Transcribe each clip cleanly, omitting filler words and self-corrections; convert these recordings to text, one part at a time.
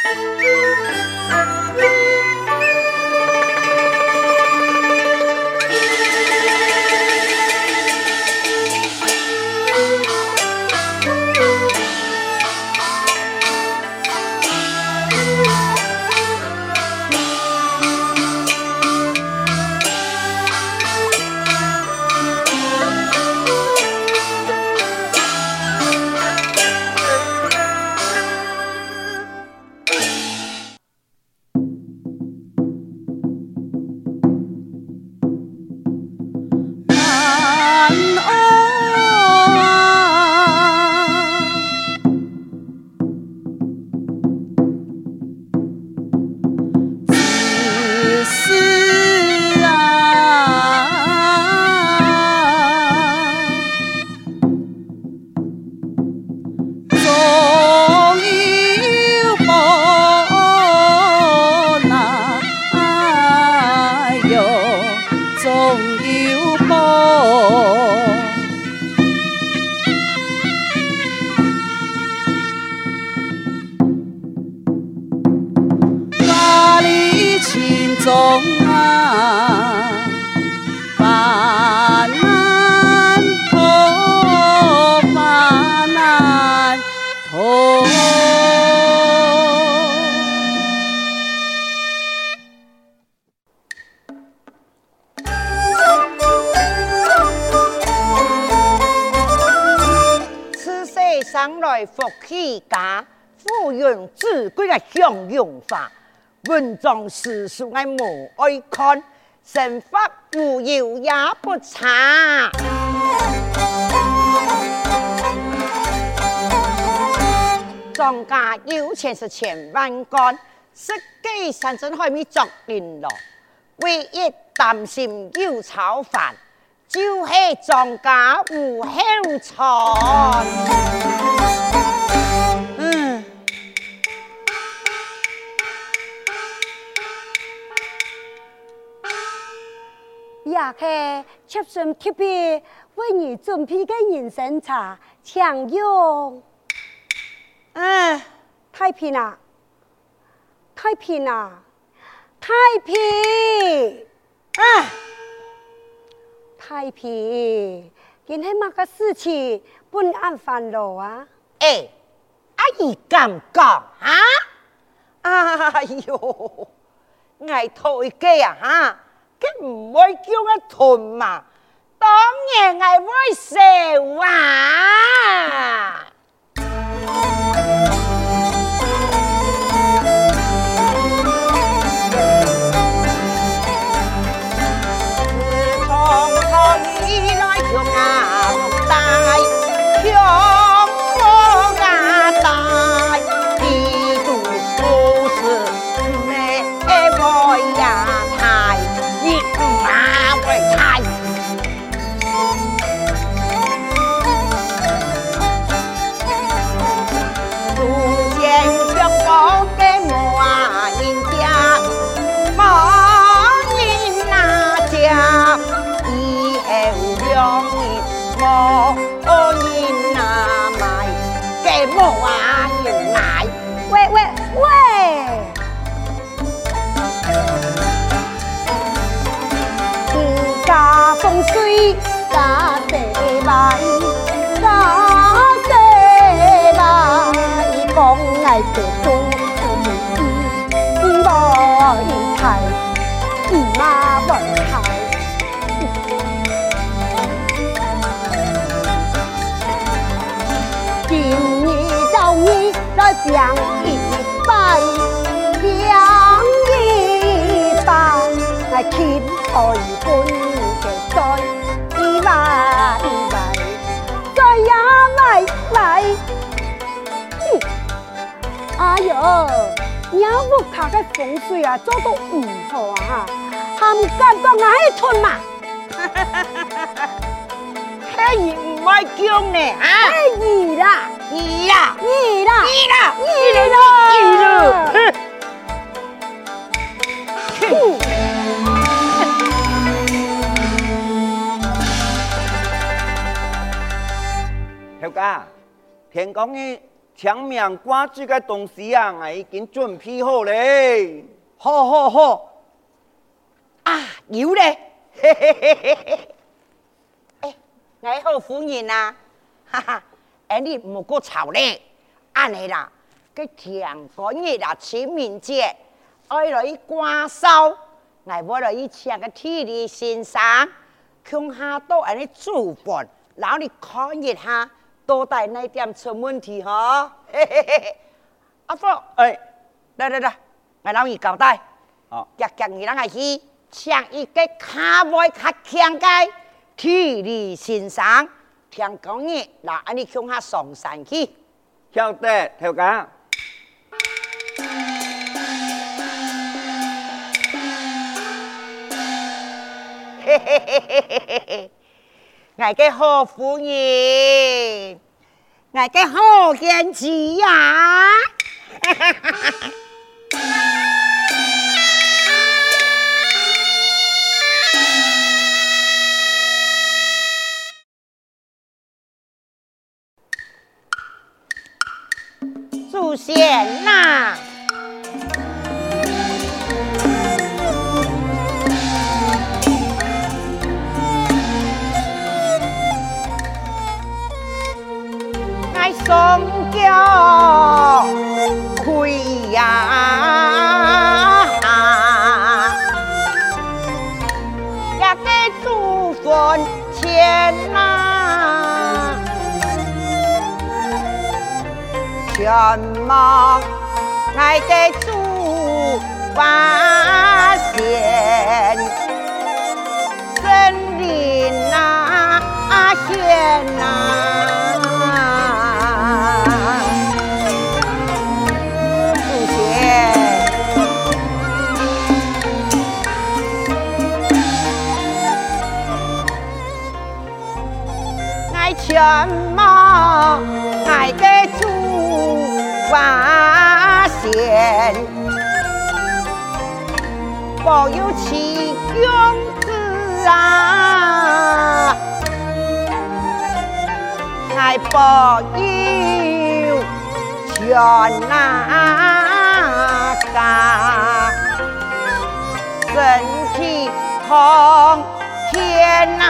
上来福气家，富人自贵嘅享用法，文章诗书嘅无爱看，神法无有也不差。庄家有钱是千万干，实际上真还没作人咯，唯一担心有炒饭。就是庄家无后传。 也係貼心貼皮為你準備嘅人參茶，常用。太平啊！太平啊！太平！太平，今天乜個事情不安煩咯啊？ 阿姨咁講啊？哎呦，捱台機啊嚇，佢唔會叫我吞嘛，當然係會笑啊！ 养一百，养一百，来亲爱本嘅再一来一来，再呀来来。哎呦，鸟屋卡嘅风水啊，做到唔好啊，还唔敢讲我喺吞嘛？ 嘿，唔係叫你啊？ 係啦。 你啦， 你啦， 你啦， 你啦，小家，聽講呢墙面挂住嘅东西啊，我已經準備好咧。 好，啊，有咧，嘿嘿嘿嘿嘿。哎，我好夫人啊，哈哈，哎你唔好吵咧，安尼啦，佢天光日啊清明節，愛來掛壽，我要來請個體力先生，向下到安尼煮飯，然後你看一下。多帶那點出問題哈，嘿嘿嘿，阿福， 哎， 來，我老二交代， 好， 夾你啷個去，請一個卡位較強嘅體力先生，聽講嘢，嗱，安尼向下上山去， 曉得，頭家。 嘿嘿嘿嘿嘿嘿。我嘅好夫人，我嘅好賢妻呀！祖先呐！双脚开呀，也给祖坟前呐，全忙爱给祖发现，森林呐显呐。全貌爱给主发现，保佑其公子啊，爱保佑全家身体康健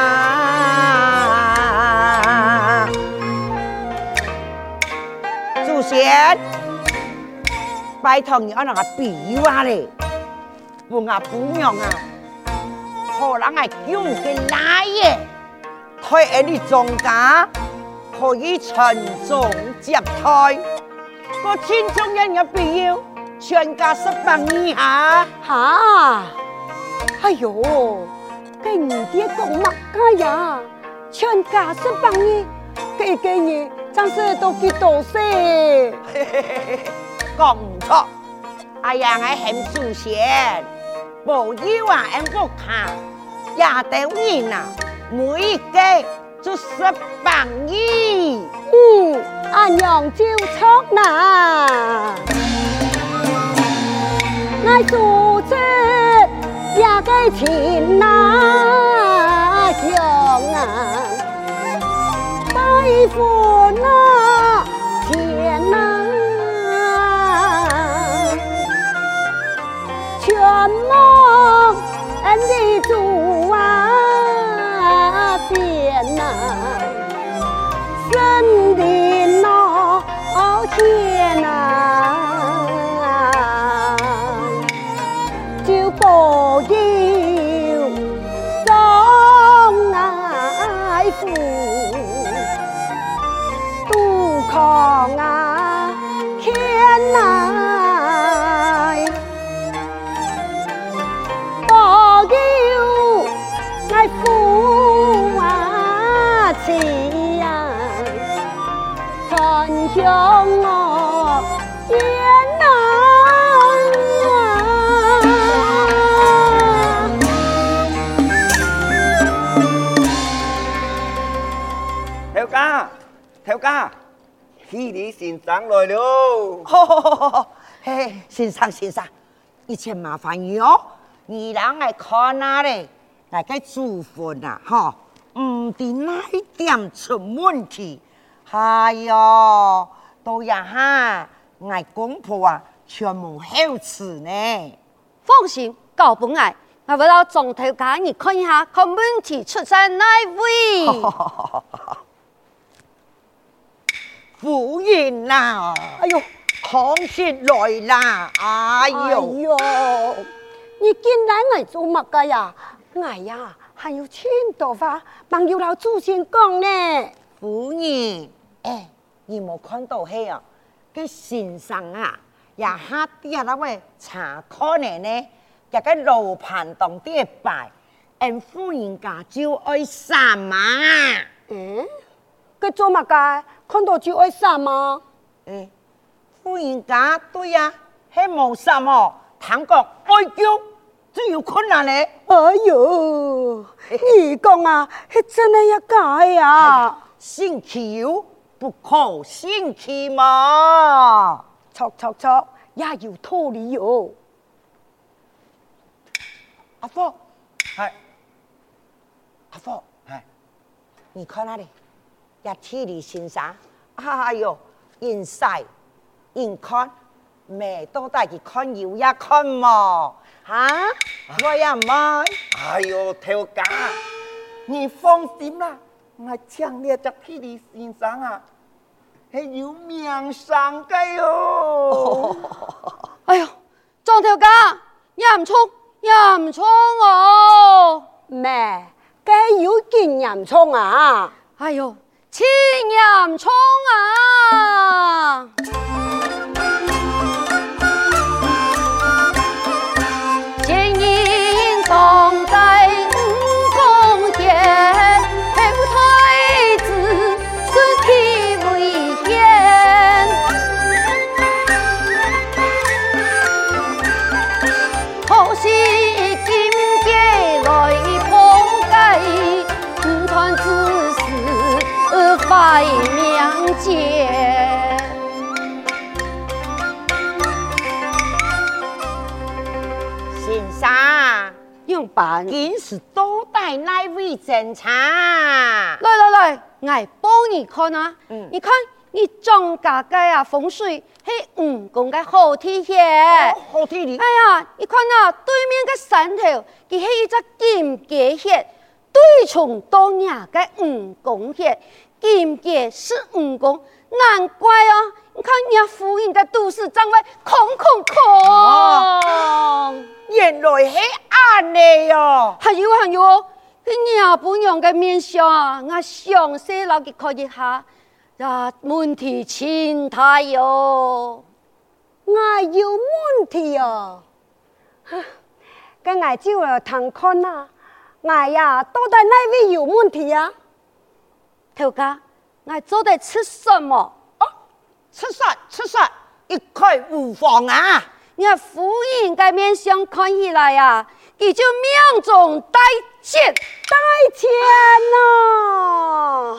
先，拜託你按那個比話咧，不啊不用啊，可能係用嘅來嘅，推你莊家可以傳宗接代，個親中人嘅必要，全家10以下。 哈，哎呦，跟你爹講乜嘅呀？全家10以，幾日？真是都幾多些， 講唔錯。哎呀，我很祖先，無要啊，俺不看，也得人啊，每一個就10億。 俺娘就錯啦，我祖籍也給錢啊，娘啊。拜佛那天哪，全蒙恩的主啊显呐，神的老天呐，就保佑众爱父。康啊，天来保佑爱父啊妻呀，传向我眼啊！頭家。體力先生來了。 好，嘿，先生，以前麻煩你哦，你啷個看哪咧？大家煮飯啊，哈，唔知哪一點出問題？哎喲， 对呀哈，我公婆啊，全无好吃呢。 放心，交本我为了总头家，你看一下，看问题出在哪位？ 夫人呐，哎呦，康熙来啦！哎呦， 你进来我做乜噶呀？我呀，还有千多话，望要老祖先讲呢。 夫人，你冇看到嘿啊？cái 先生啊，也下啲那位查看呢？一個樓盤當啲擺，夫人家就愛什麼？ 佢做乜噶？看到就愛什麼？ 夫人家對呀，係冇什麼，談講愛叫，只有困難咧。 哎呦，你講啊，係真係一解呀！ 信其有，不可信其無。 錯，也要道理喲。 阿福，係阿福，係，你看那裡，一體里先生，哎呦，人細人看，咩都帶去看有一看嘛，我也唔愛。 哎呦，頭家，你放心啦，我強烈只體里先生啊，係有名聲嘅喲。 哎呦，莊頭家，也唔錯哦。咩？梗要見洋葱啊！哎呦，切洋葱啊！前因当在五宫殿，后太子身体危险，可惜。百娘间， 先生， 用办， 今是都带那位侦查。 来，我帮你看啊。你看你庄家嘅啊风水係五宫嘅好體現。 好體里。 哎呀，你看啊，對面嘅山頭，佢係一隻金雞血，對從到nhà嘅五宮血。金姐是五公，難怪啊！你看人家夫人嘅都市長位空， 原來係安尼哦。 還有，佢nhà本樣嘅面相啊，我詳細留佢看一下，問題千大喲。我有問題哦，咁我就要談看啦。我呀，到底哪位有問題啊？頭家，我做得吃什麼？ 吃啥？一概無妨啊！ 我夫人嘅面相看起來呀，佢就命中帶錢咯。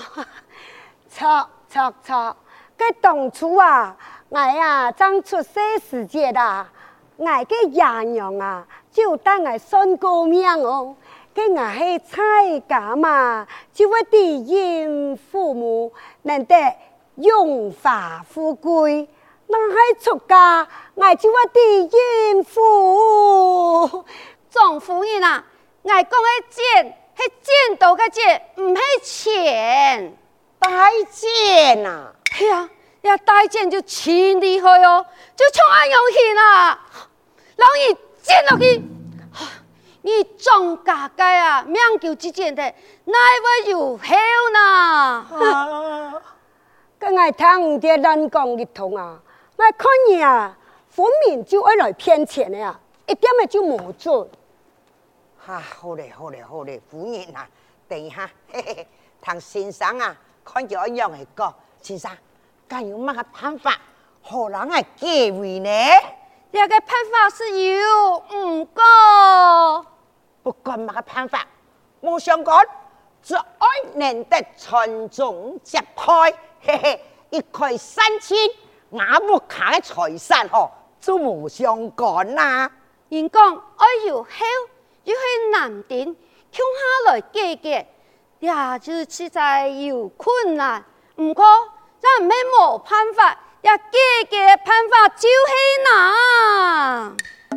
錯！佢當初啊，我呀爭出世時節啦，我嘅爺娘啊，就帶我算個命哦。佢我係菜家嘛，就會地因父母能得榮華富貴；那係出家，我就會地因父。總夫人啊，我講嘅錢係錢到嘅錢，唔係錢。 大錢啊！ 係啊，你大錢就錢厲害哦，就衝眼用錢啊，讓你錢落去。你莊家嘅啊，命叫之前的，哪位有好呢？跟我聽唔見人講一通啊！我看你啊，分明就愛來騙錢的呀，一點也就冇準。 好嘞，夫人啊，等一下，唐先生啊，看住我樣嚟講，先生，咁有乜個辦法，可能係機會呢？ 呢個辦法是有唔過。 不管乜個辦法，我想講，只愛能得傳宗接代，一概3000，我屋卡嘅財產嗬，就無相干啦。 人講愛有好，要去難點，向下來計嘅，也就實在有困難。唔過，咱唔係冇辦法， 也解决的办法就是那。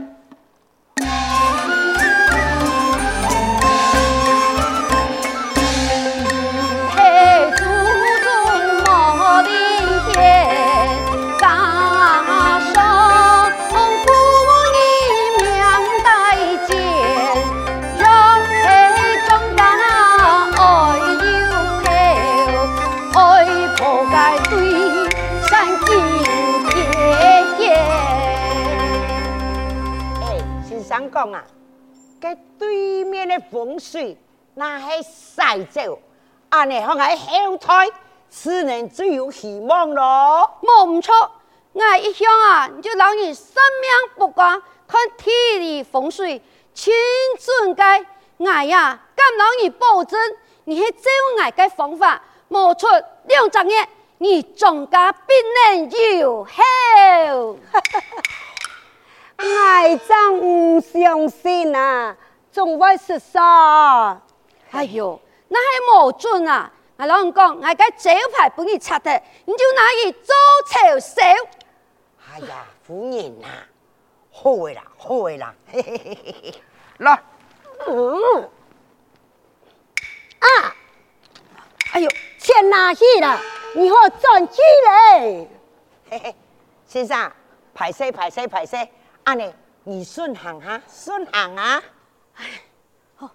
讲啊，佮对面的风水那是晒走，安尼向喺后台，只能只有希望咯。 冇唔错，我一向啊就让你生命不光，看天理风水，亲准介，我呀敢让你保证，你去照我嘅方法，冒出2年，你总家必能有好。 爱真唔相信啊，总会是啥？ 哎呦，那系冇准啊！我老人讲，我嘅招牌俾你拆的，你就拿去做潮手。 哎呀，夫人啊，好嘅啦，好嘅啦，嘿嘿嘿嘿嘿，来， 哎呦，钱拿去了，你好赚起嘞！ 嘿嘿，先生，排泄排泄排泄。安尼，你顺行哈，顺行啊！ 好。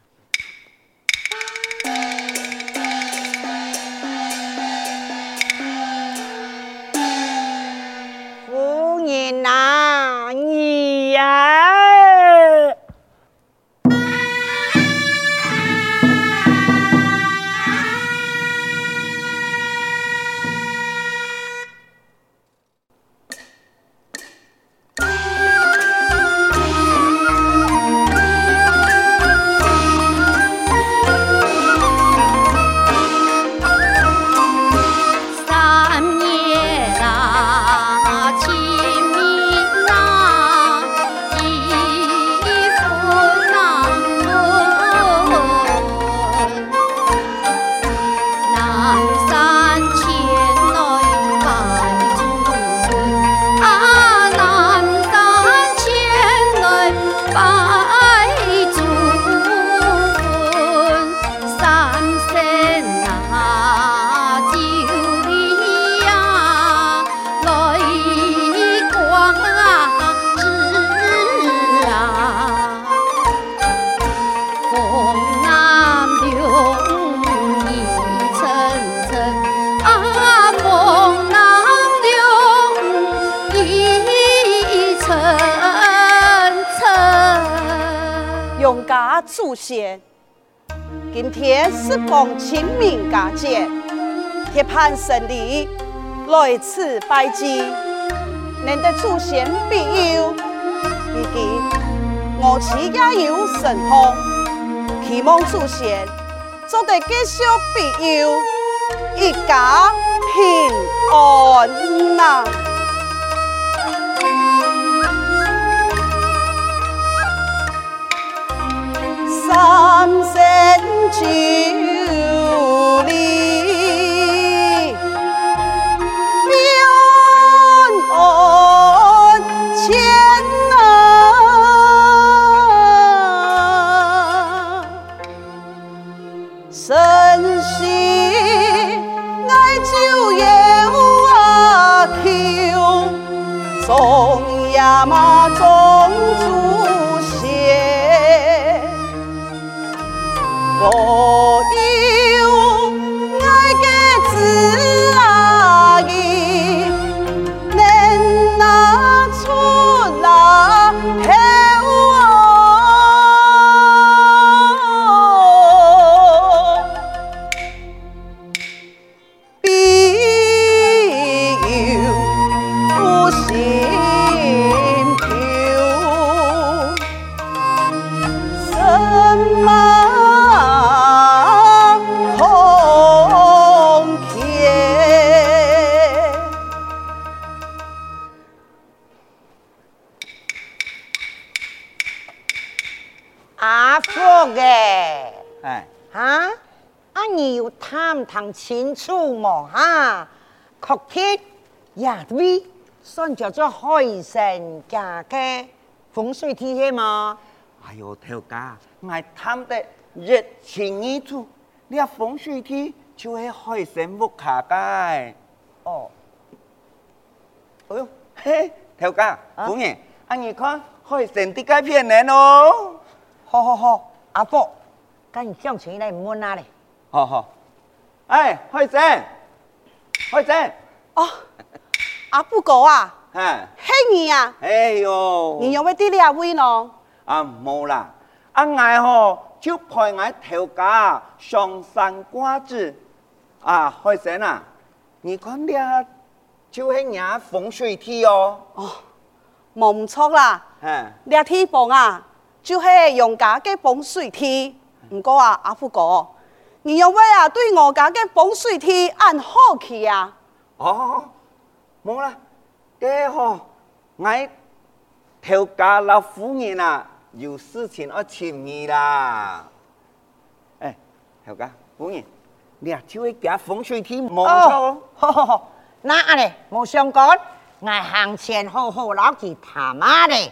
夫人啊，你呀！ 祖先，今天是逢清明佳节，铁盘胜利来此拜祭，能得祖先庇佑，以及我妻也有神通，期望祖先做得继续庇佑，一家平安呐。三生九里，平安千啊，生息爱就有啊求，中呀嘛中祖先。我有爱嘅子啊伊，能拿出来必有不心求，什么？你有探清楚么？哈，确定呀，对，算叫做海神家嘅风水体系嘛。 哎呦，头家，我探得热情一处，你风水体就係海神木下街。 哦， 哎呦，嘿，头家，夫人，你看海神的改片人哦。 好，阿伯，跟向前来问下咧。 好，哎，海神， 哦，阿布哥啊， 哎， 嘿你啊， 哎呦， 你有冇啲呢位咯？ 啊冇啦，我吼就陪我头家上山挂子，啊，海神啊，你看你就是人风水体哦。 哦，冇唔錯啦， 嗯， 呢地方啊，就係用家嘅風水梯。唔過啊，阿富哥，你有冇啊對我家嘅風水梯按好奇啊？ 哦，冇啦，嘅吼，我頭家老夫人啊，有事情要請你啦。哎，頭家夫人，你就會夾風水梯冇錯哦。 好，那安尼冇相干，我行前好攞佢談下咧。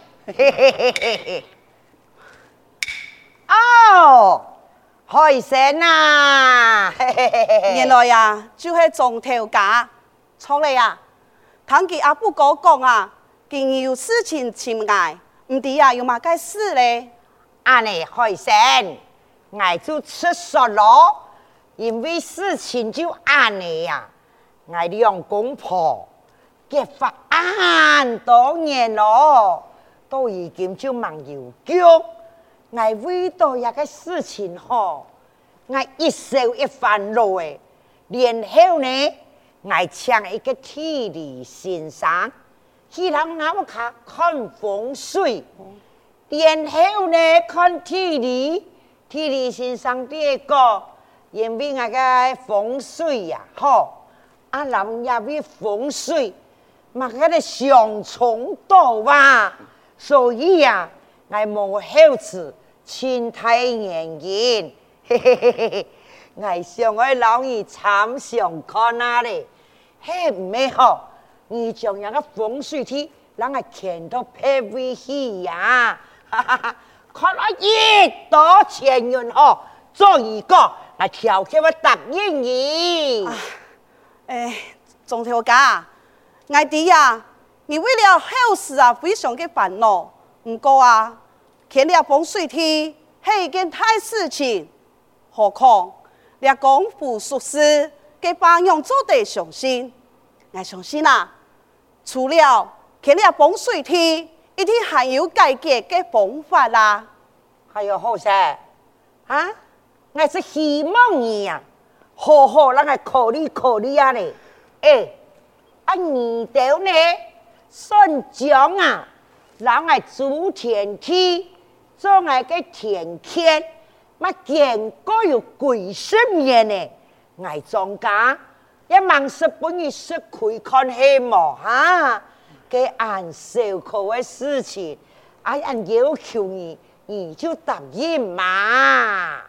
哦，海神啊！ 原來啊，就係種頭家，錯嚟啊！聽佢阿布哥講啊，佢有事情請我，唔知啊有乜嘅事咧？ 安尼海神，我就出所咯，因為事情就安尼呀。我兩公婆結婚多年咯，都已經就忙有腳。我為到一個事情吼，我一手一番落誒，然後呢，我請一個地理先生，去讓我卡看風水，然後呢看地理先生啲個，因為我個風水呀，吼，人也為風水，嘛嗰啲相沖到啊，所以呀。我冇好處，千體原因，我想我老二參詳看下咧，嘿唔係好，你將樣個風水梯，讓我看到配位去呀，看到一多錢元哦，做一個，我條件我答應你。 總條家，我知啊，你為了好事啊，非常嘅煩惱。唔過啊，看了風水梯係一件大事情，何況你功夫熟識嘅榜樣做得相信，我相信啊，除了看了風水梯，一定還有解決嘅方法啦。 還有好些啊，我是希望你啊，好好讓我考慮啊你，你到呢，順將啊。讓我煮田地，做我嘅田墘，乜見過有幾十年呢？我莊家一萬十本月是可以看戲冇哈？嘅按手口嘅事情，按要求你就答應嘛。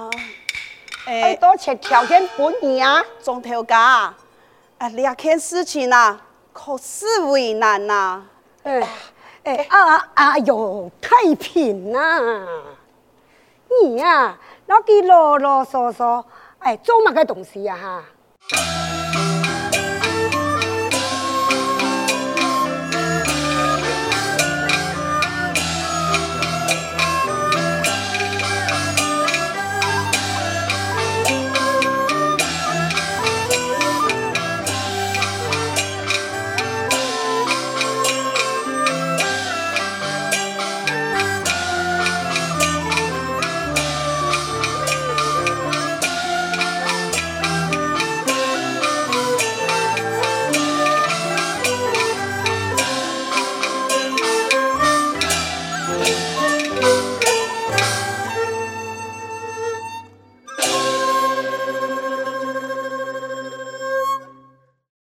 多錢條件本意啊？ 總頭家，呢件事情啊，可是為難呐。 哎呦，太平啦！你呀，攞啲囉囉嗦嗦，做乜嘅東西啊哈？